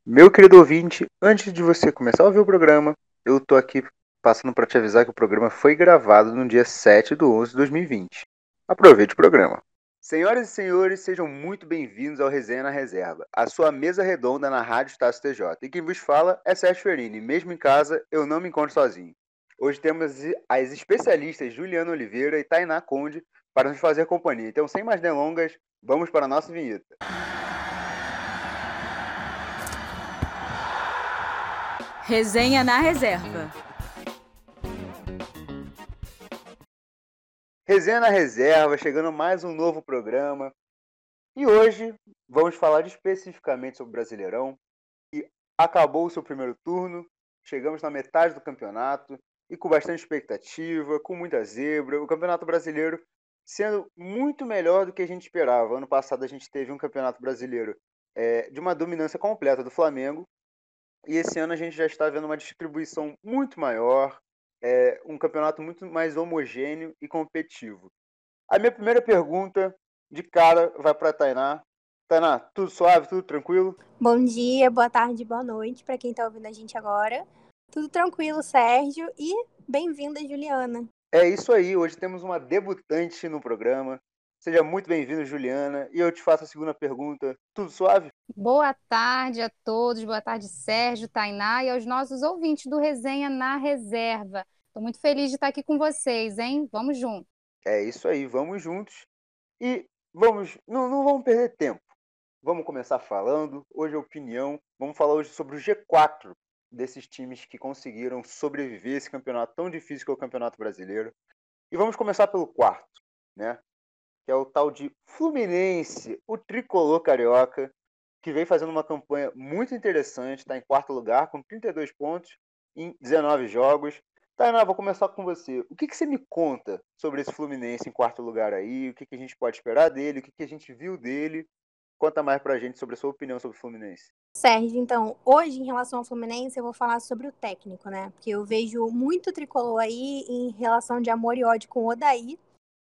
Meu querido ouvinte, antes de você começar a ouvir o programa, eu tô aqui passando para te avisar que o programa foi gravado no dia 7/11/2020. Aproveite o programa. Senhoras e senhores, sejam muito bem-vindos ao Resenha na Reserva, a sua mesa redonda na Rádio Estácio TJ. E quem vos fala é Sérgio Ferini. Mesmo em casa, eu não me encontro sozinho. Hoje temos as especialistas Juliana Oliveira e Tainá Conde para nos fazer companhia. Então, sem mais delongas, vamos para a nossa vinheta. Resenha na Reserva. Resenha na Reserva, chegando mais um novo programa. E hoje vamos falar especificamente sobre o Brasileirão, que acabou o seu primeiro turno, chegamos na metade do campeonato e com bastante expectativa, com muita zebra. O Campeonato Brasileiro sendo muito melhor do que a gente esperava. Ano passado a gente teve um Campeonato Brasileiro de uma dominância completa do Flamengo, e esse ano a gente já está vendo uma distribuição muito maior, um campeonato muito mais homogêneo e competitivo. A minha primeira pergunta, de cara, vai para a Tainá. Tainá, tudo suave, tudo tranquilo? Bom dia, boa tarde, boa noite para quem está ouvindo a gente agora. Tudo tranquilo, Sérgio, e bem-vinda, Juliana. É isso aí, hoje temos uma debutante no programa. Seja muito bem-vinda, Juliana. E eu te faço a segunda pergunta. Tudo suave? Boa tarde a todos, boa tarde, Sérgio, Tainá e aos nossos ouvintes do Resenha na Reserva. Estou muito feliz de estar aqui com vocês, hein? Vamos junto. É isso aí, vamos juntos. E vamos, não vamos perder tempo. Vamos começar falando. Hoje é opinião. Vamos falar hoje sobre o G4 desses times que conseguiram sobreviver a esse campeonato tão difícil que é o Campeonato Brasileiro. E vamos começar pelo quarto, né? Que é o tal de Fluminense, o tricolor carioca, que vem fazendo uma campanha muito interessante, está em quarto lugar com 32 pontos em 19 jogos. Tainá, vou começar com você. O que você me conta sobre esse Fluminense em quarto lugar aí? O que a gente pode esperar dele? O que a gente viu dele? Conta mais pra gente sobre a sua opinião sobre o Fluminense. Sérgio, então, hoje em relação ao Fluminense, eu vou falar sobre o técnico, né? Porque eu vejo muito tricolor aí em relação de amor e ódio com o Odair.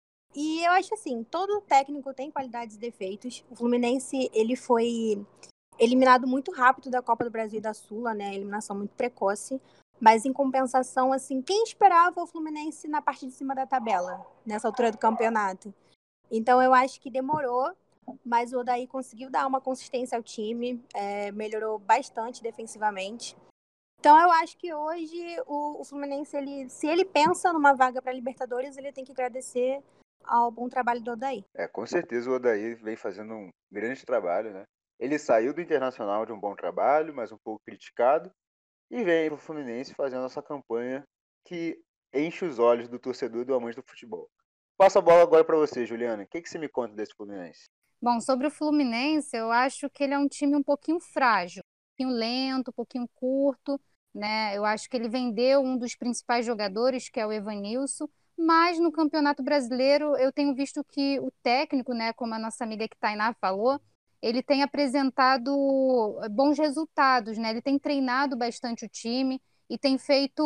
E eu acho assim, todo técnico tem qualidades e defeitos. O Fluminense, ele foi eliminado muito rápido da Copa do Brasil e da Sula, né? Eliminação muito precoce. Mas em compensação, assim, quem esperava o Fluminense na parte de cima da tabela, nessa altura do campeonato? Então eu acho que demorou, mas o Odair conseguiu dar uma consistência ao time, melhorou bastante defensivamente. Então eu acho que hoje o Fluminense, se ele pensa numa vaga para Libertadores, ele tem que agradecer ao bom trabalho do Odair. Com certeza o Odair vem fazendo um grande trabalho, né? Ele saiu do Internacional de um bom trabalho, mas um pouco criticado, e vem para o Fluminense fazendo essa campanha que enche os olhos do torcedor e do amante do futebol. Passo a bola agora para você, Juliana. O que você me conta desse Fluminense? Bom, sobre o Fluminense, eu acho que ele é um time um pouquinho frágil, um pouquinho lento, um pouquinho curto, né? Eu acho que ele vendeu um dos principais jogadores, que é o Evanilson, mas no Campeonato Brasileiro eu tenho visto que o técnico, né, como a nossa amiga que Tainá falou, ele tem apresentado bons resultados, né? Ele tem treinado bastante o time e tem feito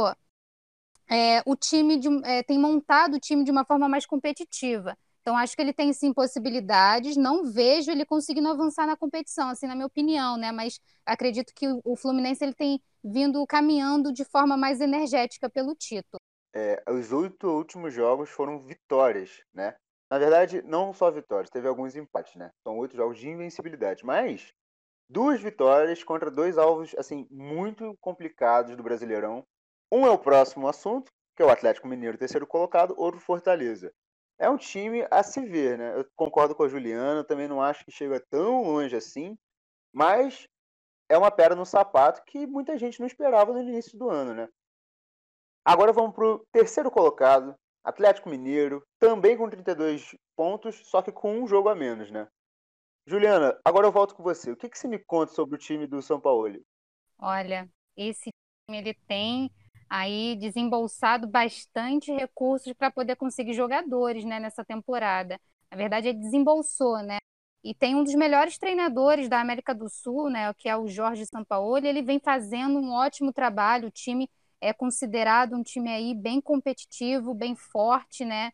tem montado o time de uma forma mais competitiva. Então, acho que ele tem sim possibilidades. Não vejo ele conseguindo avançar na competição, assim, na minha opinião, né? Mas acredito que o Fluminense ele tem vindo caminhando de forma mais energética pelo título. Os 8 últimos jogos foram vitórias, né? Na verdade, não só vitórias, teve alguns empates, né? São 8 jogos de invencibilidade, mas 2 vitórias contra 2 alvos, assim, muito complicados do Brasileirão. Um é o próximo assunto, que é o Atlético Mineiro, terceiro colocado, outro Fortaleza. É um time a se ver, né? Eu concordo com a Juliana, também não acho que chega tão longe assim, mas é uma pedra no sapato que muita gente não esperava no início do ano, né? Agora vamos para o terceiro colocado, Atlético Mineiro, também com 32 pontos, só que com um jogo a menos, né? Juliana, agora eu volto com você. O que você me conta sobre o time do São Paulo? Olha, esse time ele tem aí desembolsado bastante recursos para poder conseguir jogadores, né, nessa temporada. Na verdade, ele desembolsou, né? E tem um dos melhores treinadores da América do Sul, né, que é o Jorge Sampaoli. Ele vem fazendo um ótimo trabalho. O time é considerado um time aí bem competitivo, bem forte, né?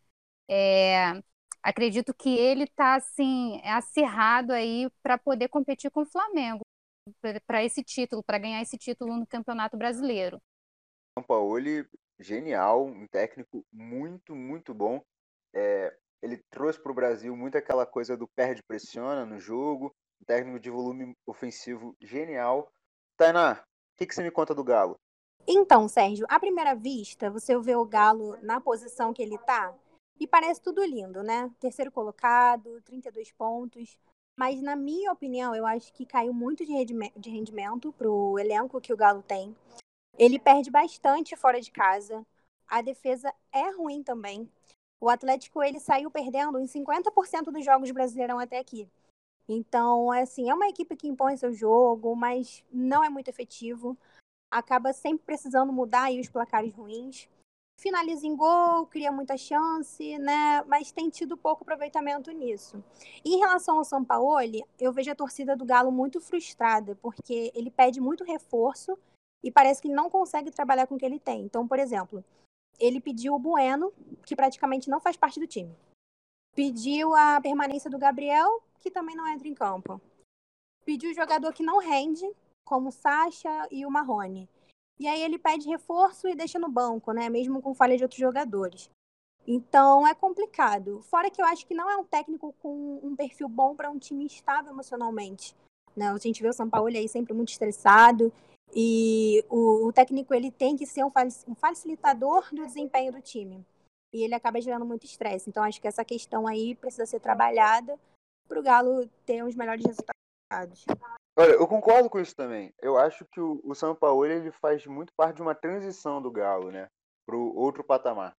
Acredito que ele está assim acirrado aí para poder competir com o Flamengo. para esse título, para ganhar esse título no Campeonato Brasileiro. Sampaoli, genial, um técnico muito, muito bom. Ele trouxe para o Brasil muito aquela coisa do perde-pressiona no jogo, um técnico de volume ofensivo genial. Tainá, o que você me conta do Galo? Então, Sérgio, à primeira vista, você vê o Galo na posição que ele tá e parece tudo lindo, né? Terceiro colocado, 32 pontos. Mas, na minha opinião, eu acho que caiu muito de rendimento pro elenco que o Galo tem. Ele perde bastante fora de casa. A defesa é ruim também. O Atlético, ele saiu perdendo em 50% dos jogos Brasileirão até aqui. Então, assim, é uma equipe que impõe seu jogo, mas não é muito efetivo. Acaba sempre precisando mudar aí os placares ruins. Finaliza em gol, cria muita chance, né? Mas tem tido pouco aproveitamento nisso. E em relação ao Sampaoli, eu vejo a torcida do Galo muito frustrada, porque ele pede muito reforço e parece que ele não consegue trabalhar com o que ele tem. Então, por exemplo, ele pediu o Bueno, que praticamente não faz parte do time. Pediu a permanência do Gabriel, que também não entra em campo. Pediu o jogador que não rende, como o Sacha e o Marrone. E aí ele pede reforço e deixa no banco, né? Mesmo com falha de outros jogadores. Então é complicado. Fora que eu acho que não é um técnico com um perfil bom para um time estável emocionalmente. Né? A gente vê o Sampaoli aí sempre muito estressado. E o técnico ele tem que ser um facilitador do desempenho do time. E ele acaba gerando muito estresse. Então acho que essa questão aí precisa ser trabalhada para o Galo ter os melhores resultados. Olha, eu concordo com isso também. Eu acho que o Sampaoli ele faz muito parte de uma transição do Galo, né? Para o outro patamar.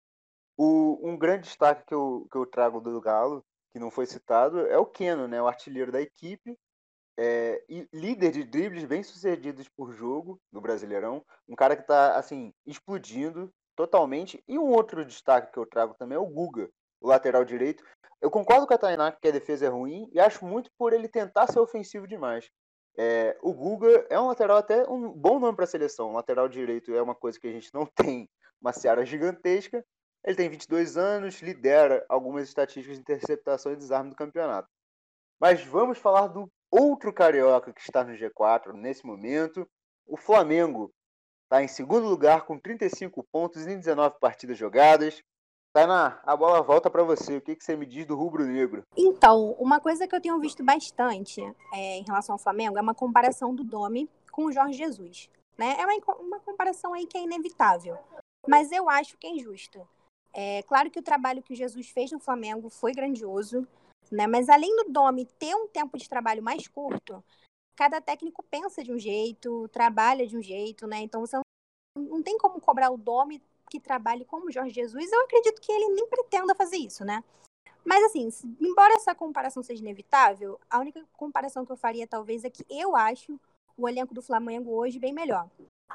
Um grande destaque que eu trago do Galo, que não foi citado, é o Keno, né? O artilheiro da equipe. E líder de dribles bem-sucedidos por jogo no Brasileirão. Um cara que está assim, explodindo totalmente. E um outro destaque que eu trago também é o Guga, o lateral direito. Eu concordo com a Tainá que a defesa é ruim e acho muito por ele tentar ser ofensivo demais. O Guga é um lateral até um bom nome para a seleção. Um lateral direito é uma coisa que a gente não tem uma seara gigantesca. Ele tem 22 anos, lidera algumas estatísticas de interceptação e desarme do campeonato. Mas vamos falar do outro carioca que está no G4 nesse momento. O Flamengo está em segundo lugar com 35 pontos em 19 partidas jogadas. Tainá, a bola volta para você. O que você me diz do rubro-negro? Então, uma coisa que eu tenho visto bastante em relação ao Flamengo é uma comparação do Domi com o Jorge Jesus. Né? É uma comparação aí que é inevitável, mas eu acho que é injusta. É claro que o trabalho que o Jesus fez no Flamengo foi grandioso, né? Mas além do Domi ter um tempo de trabalho mais curto, cada técnico pensa de um jeito, trabalha de um jeito, né? Então você não tem como cobrar o Domi que trabalhe como o Jorge Jesus. Eu acredito que ele nem pretenda fazer isso, né? Mas assim, embora essa comparação seja inevitável, a única comparação que eu faria talvez é que eu acho o elenco do Flamengo hoje bem melhor.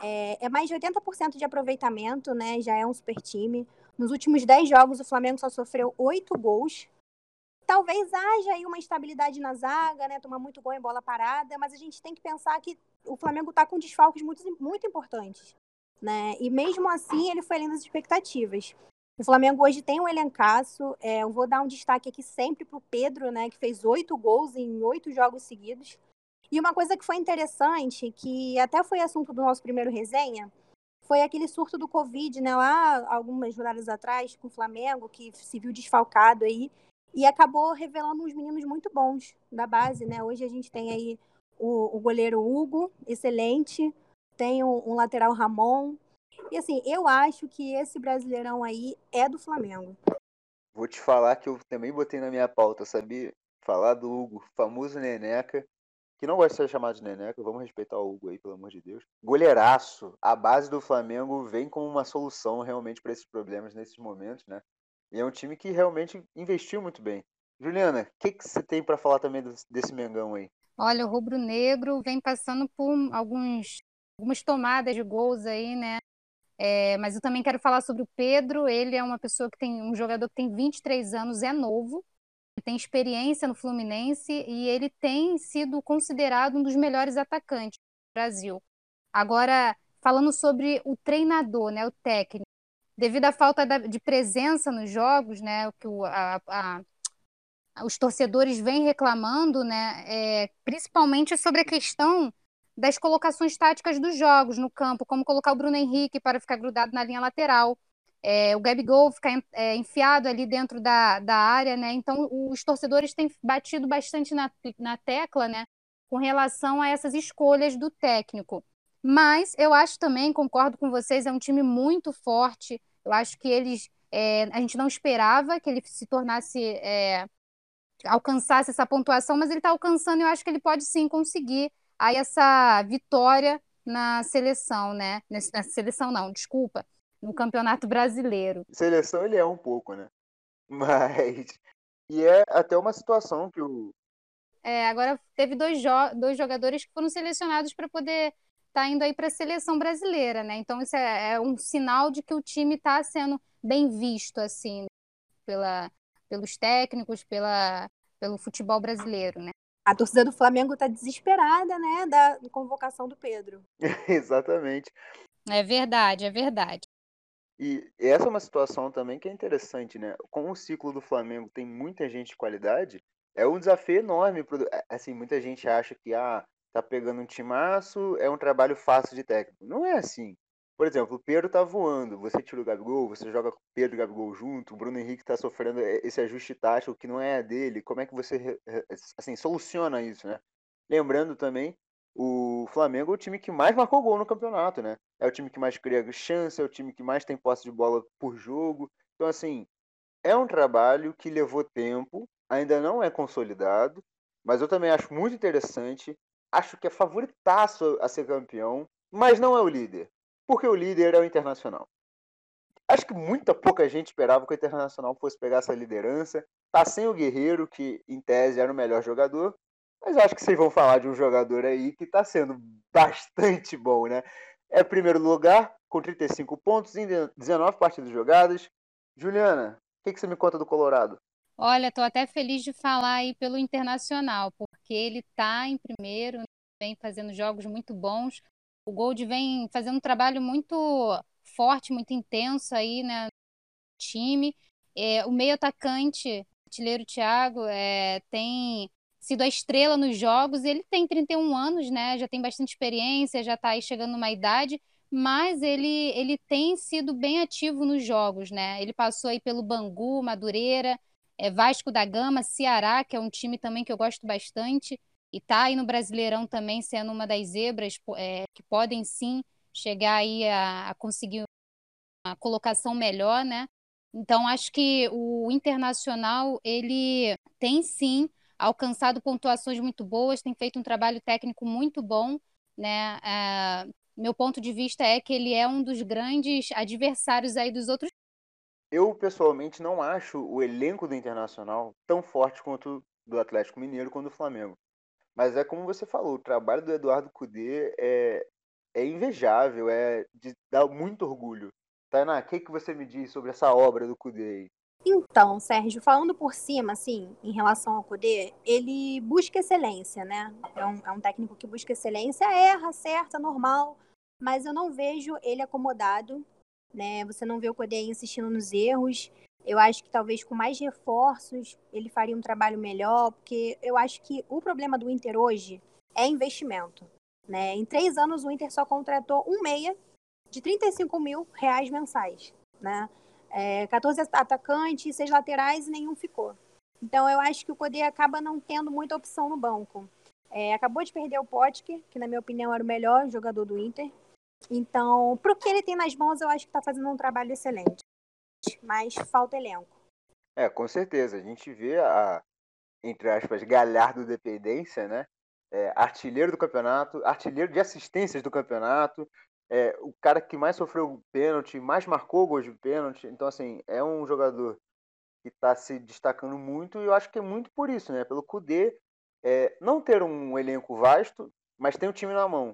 É mais de 80% de aproveitamento, né? Já é um super time. Nos últimos 10 jogos, o Flamengo só sofreu 8 gols. Talvez haja aí uma instabilidade na zaga, né? Tomar muito gol em bola parada, mas a gente tem que pensar que o Flamengo está com desfalques muito, muito importantes, né? E mesmo assim, ele foi além das expectativas. O Flamengo hoje tem um elencaço. Eu vou dar um destaque aqui sempre para o Pedro, né? Que fez 8 gols em 8 jogos seguidos. E uma coisa que foi interessante, que até foi assunto do nosso primeiro resenha, foi aquele surto do Covid, né? Lá, algumas rodadas atrás, com o Flamengo, que se viu desfalcado aí. E acabou revelando uns meninos muito bons da base, né? Hoje a gente tem aí o goleiro Hugo, excelente. Tem um lateral Ramon. E assim, eu acho que esse Brasileirão aí é do Flamengo. Vou te falar que eu também botei na minha pauta, sabia? Falar do Hugo, famoso Neneca, que não gosta de ser chamado de Neneca, vamos respeitar o Hugo aí, pelo amor de Deus. Goleiraço, a base do Flamengo vem como uma solução realmente para esses problemas nesses momentos, né? E é um time que realmente investiu muito bem. Juliana, o que você tem para falar também desse Mengão aí? Olha, o rubro-negro vem passando por algumas tomadas de gols aí, né? Mas eu também quero falar sobre o Pedro. Ele é um jogador que tem 23 anos, é novo, tem experiência no Fluminense e ele tem sido considerado um dos melhores atacantes do Brasil. Agora, falando sobre o treinador, né, o técnico, devido à falta de presença nos jogos, né, que os torcedores vêm reclamando, né, principalmente sobre a questão das colocações táticas dos jogos no campo, como colocar o Bruno Henrique para ficar grudado na linha lateral, o Gabigol ficar enfiado ali dentro da área, né? Então os torcedores têm batido bastante na tecla, né, com relação a essas escolhas do técnico. Mas eu acho também, concordo com vocês, é um time muito forte. Eu acho que a gente não esperava que ele se tornasse, alcançasse essa pontuação, mas ele está alcançando e eu acho que ele pode sim conseguir aí essa vitória na seleção, né? Na seleção não, desculpa, no Campeonato Brasileiro. Seleção ele é um pouco, né? Mas. E é até uma situação que o. Agora teve dois jogadores que foram selecionados para poder estar indo aí para a seleção brasileira, né? Então isso é um sinal de que o time está sendo bem visto, assim, pelos técnicos, pelo futebol brasileiro, né? A torcida do Flamengo tá desesperada, né, da convocação do Pedro. Exatamente. É verdade, é verdade. E essa é uma situação também que é interessante, né? Como o ciclo do Flamengo tem muita gente de qualidade, é um desafio enorme. Assim, muita gente acha que tá pegando um timaço, é um trabalho fácil de técnico. Não é assim. Por exemplo, o Pedro tá voando, você tira o Gabigol, você joga Pedro e Gabigol junto, o Bruno Henrique tá sofrendo esse ajuste tático que não é dele. Como é que você assim, soluciona isso, né? Lembrando também, o Flamengo é o time que mais marcou gol no campeonato, né? É o time que mais cria chance, é o time que mais tem posse de bola por jogo. Então, assim, é um trabalho que levou tempo, ainda não é consolidado, mas eu também acho muito interessante. Acho que é favoritaço a ser campeão, mas não é o líder, porque o líder é o Internacional. Acho que pouca gente esperava que o Internacional fosse pegar essa liderança. Tá sem o Guerreiro, que em tese era o melhor jogador, mas eu acho que vocês vão falar de um jogador aí que tá sendo bastante bom, né? É primeiro lugar, com 35 pontos em 19 partidas jogadas. Juliana, o que você me conta do Colorado? Olha, estou até feliz de falar aí pelo Internacional, porque ele está em primeiro, né, vem fazendo jogos muito bons. O Gold vem fazendo um trabalho muito forte, muito intenso aí, né, no time. O meio atacante, artilheiro Thiago, tem sido a estrela nos jogos. Ele tem 31 anos, né, já tem bastante experiência, já está aí chegando numa idade, mas ele tem sido bem ativo nos jogos, né? Ele passou aí pelo Bangu, Madureira, Vasco da Gama, Ceará, que é um time também que eu gosto bastante, e tá aí no Brasileirão também sendo uma das zebras, que podem sim chegar aí a conseguir uma colocação melhor, né? Então acho que o Internacional ele tem sim alcançado pontuações muito boas, tem feito um trabalho técnico muito bom, né? Meu ponto de vista é que ele é um dos grandes adversários aí dos outros. Eu, pessoalmente, não acho o elenco do Internacional tão forte quanto do Atlético Mineiro quanto do Flamengo. Mas é como você falou, o trabalho do Eduardo Cudê é invejável, é de dar muito orgulho. Tainá, o que você me diz sobre essa obra do Cudê aí? Então, Sérgio, falando por cima, assim, em relação ao Cudê, ele busca excelência, né? É um técnico que busca excelência, erra, acerta, normal, mas eu não vejo ele acomodado, né? Você não vê o Cudê insistindo nos erros. Eu acho que talvez com mais reforços ele faria um trabalho melhor, porque eu acho que o problema do Inter hoje é investimento, né? Em 3 anos o Inter só contratou um meia de R$ 35.000 mensais, né? 14 atacantes, 6 laterais e nenhum ficou. Então eu acho que o Cudê acaba não tendo muita opção no banco. Acabou de perder o Potker, que na minha opinião era o melhor jogador do Inter. Então, pro que ele tem nas mãos, eu acho que tá fazendo um trabalho excelente. Mas falta elenco. Com certeza. A gente vê entre aspas, Galhardo dependência, né? Artilheiro do campeonato, artilheiro de assistências do campeonato, o cara que mais sofreu pênalti, mais marcou gols de pênalti. Então, assim, é um jogador que está se destacando muito e eu acho que é muito por isso, né? Pelo Cudê não ter um elenco vasto, mas tem o time na mão.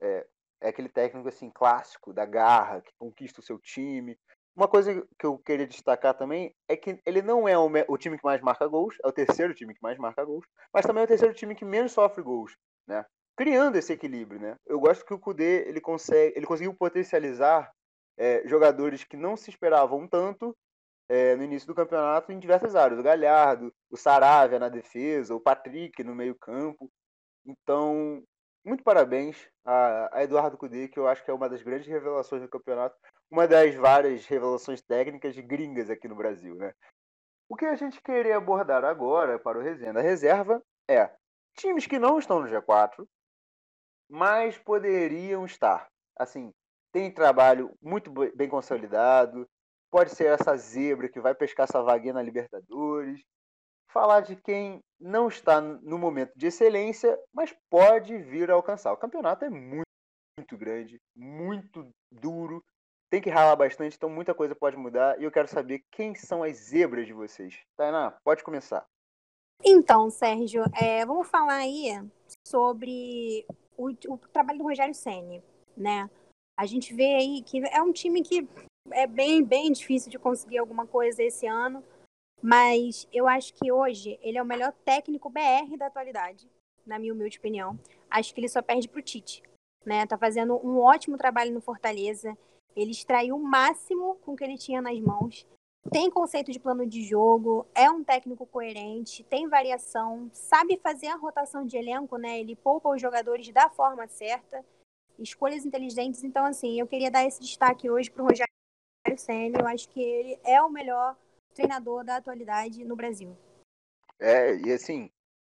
É aquele técnico assim clássico, da garra, que conquista o seu time. Uma coisa que eu queria destacar também é que ele não é o time que mais marca gols, é o terceiro time que mais marca gols, mas também é o terceiro time que menos sofre gols, né? Criando esse equilíbrio, né? Eu gosto que o Cudê ele conseguiu potencializar jogadores que não se esperavam tanto no início do campeonato em diversas áreas. O Galhardo, o Saravia na defesa, o Patrick no meio-campo. Então, muito parabéns a Eduardo Cudê, que eu acho que é uma das grandes revelações do campeonato, uma das várias revelações técnicas gringas aqui no Brasil, né? O que a gente queria abordar agora para o Resenha da Reserva é times que não estão no G4, mas poderiam estar. Assim, tem trabalho muito bem consolidado, pode ser essa zebra que vai pescar essa vaguinha na Libertadores. Falar de quem não está no momento de excelência, mas pode vir a alcançar. O campeonato é muito grande, muito duro, tem que ralar bastante, então muita coisa pode mudar. E eu quero saber quem são as zebras de vocês. Tainá, pode começar. Então, Sérgio, vamos falar aí sobre o trabalho do Rogério Ceni, né? A gente vê aí que é um time que é bem difícil de conseguir alguma coisa esse ano, mas eu acho que hoje ele é o melhor técnico BR da atualidade, na minha humilde opinião. Acho que ele só perde pro Tite, né? Tá fazendo um ótimo trabalho no Fortaleza. Ele extraiu o máximo com o que ele tinha nas mãos. Tem conceito de plano de jogo, é um técnico coerente, tem variação, sabe fazer a rotação de elenco, né? Ele poupa os jogadores da forma certa, escolhas inteligentes. Então, assim, eu queria dar esse destaque hoje para o Rogério Ceni. Eu acho que ele é o melhor treinador da atualidade no Brasil. E assim,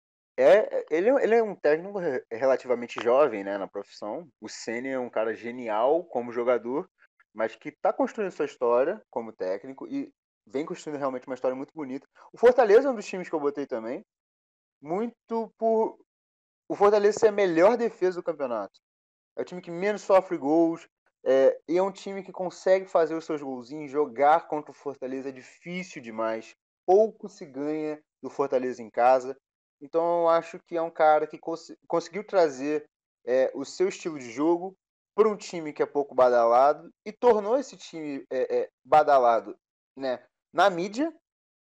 ele é um técnico relativamente jovem, né, na profissão. O Ceni é um cara genial como jogador, mas que está construindo sua história como técnico e vem construindo realmente uma história muito bonita. O Fortaleza é um dos times que eu botei também, muito por o Fortaleza ser a melhor defesa do campeonato. É o time que menos sofre gols, e é um time que consegue fazer os seus golzinhos. Jogar contra o Fortaleza é difícil demais. Pouco se ganha do Fortaleza em casa. Então eu acho que é um cara que conseguiu trazer o seu estilo de jogo para um time que é pouco badalado e tornou esse time badalado, né, na mídia.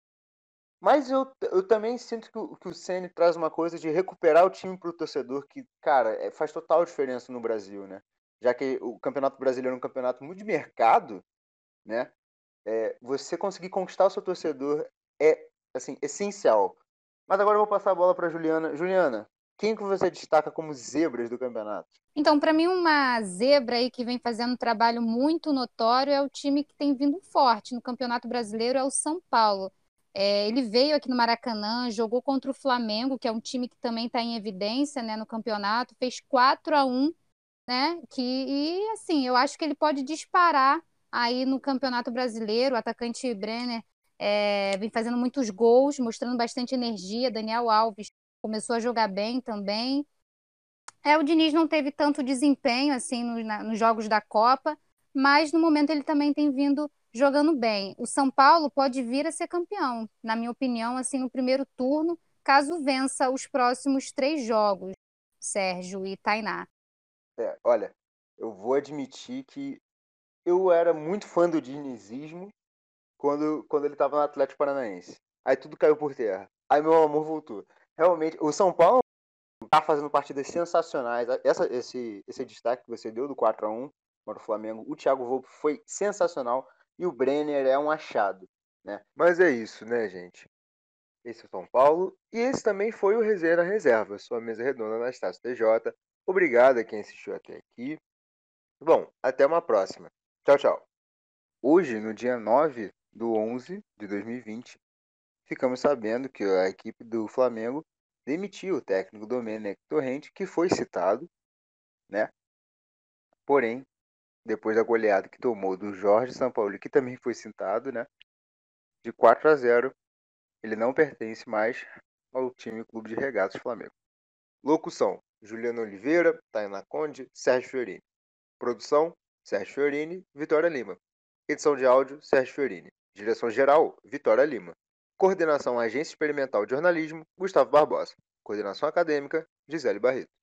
Mas eu também sinto que o Ceni traz uma coisa de recuperar o time para o torcedor que, cara, faz total diferença no Brasil, né? Já que o Campeonato Brasileiro é um campeonato muito de mercado, né? Você conseguir conquistar o seu torcedor é, assim, essencial. Mas agora eu vou passar a bola para Juliana. Juliana, quem que você destaca como zebras do campeonato? Então, para mim, uma zebra aí que vem fazendo um trabalho muito notório é o time que tem vindo forte no Campeonato Brasileiro, é o São Paulo. Ele veio aqui no Maracanã, jogou contra o Flamengo, que é um time que também está em evidência, né, no campeonato, fez 4-1, né? E assim, eu acho que ele pode disparar aí no Campeonato Brasileiro. O atacante Brenner vem fazendo muitos gols, mostrando bastante energia. Daniel Alves começou a jogar bem também. O Diniz não teve tanto desempenho assim nos jogos da Copa, mas no momento ele também tem vindo jogando bem. O São Paulo pode vir a ser campeão, na minha opinião, assim, no primeiro turno, caso vença os próximos 3 jogos, Sérgio e Tainá. Olha, eu vou admitir que eu era muito fã do dinizismo quando ele estava no Atlético Paranaense. Aí tudo caiu por terra. Aí meu amor voltou. Realmente, o São Paulo tá fazendo partidas sensacionais. Esse destaque que você deu do 4-1 contra o Flamengo, o Thiago Volpe foi sensacional e o Brenner é um achado, né? Mas é isso, né, gente? Esse é o São Paulo e esse também foi o Resenha na Reserva, sua mesa redonda Anastácio TJ. Obrigado a quem assistiu até aqui. Bom, até uma próxima. Tchau, tchau. Hoje, no dia 9/11/2020, ficamos sabendo que a equipe do Flamengo demitiu o técnico Domenech Torrente, que foi citado, né? Porém, depois da goleada que tomou do Jorge Sampaoli, que também foi citado, né? De 4-0, ele não pertence mais ao time Clube de Regatas Flamengo. Locução: Juliana Oliveira, Tainá Conde, Sérgio Fiorini. Produção: Sérgio Fiorini, Vitória Lima. Edição de áudio: Sérgio Fiorini. Direção-geral: Vitória Lima. Coordenação Agência Experimental de Jornalismo: Gustavo Barbosa. Coordenação acadêmica: Gisele Barreto.